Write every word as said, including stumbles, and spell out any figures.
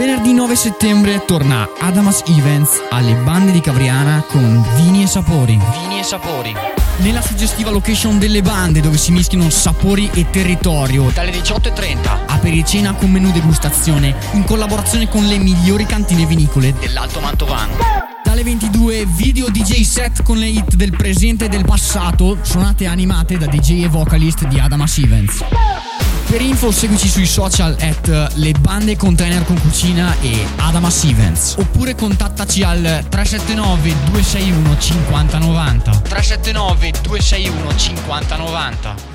Venerdì nove settembre torna Adamas Events alle Bande di Cavriana con Vini e Sapori. Vini e Sapori. Nella suggestiva location delle Bande, dove si mischiano sapori e territorio, dalle diciotto e trenta apericena con menù degustazione in collaborazione con le migliori cantine vinicole dell'Alto Mantovano. Dalle ventidue video D J set con le hit del presente e del passato, suonate animate da D J e vocalist di Adamas Events. Per info seguici sui social at Le Bande Container con Cucina e Adamas Events, oppure contattaci al tre sette nove due sei uno cinquanta novanta tre sette nove due sei uno cinquanta novanta.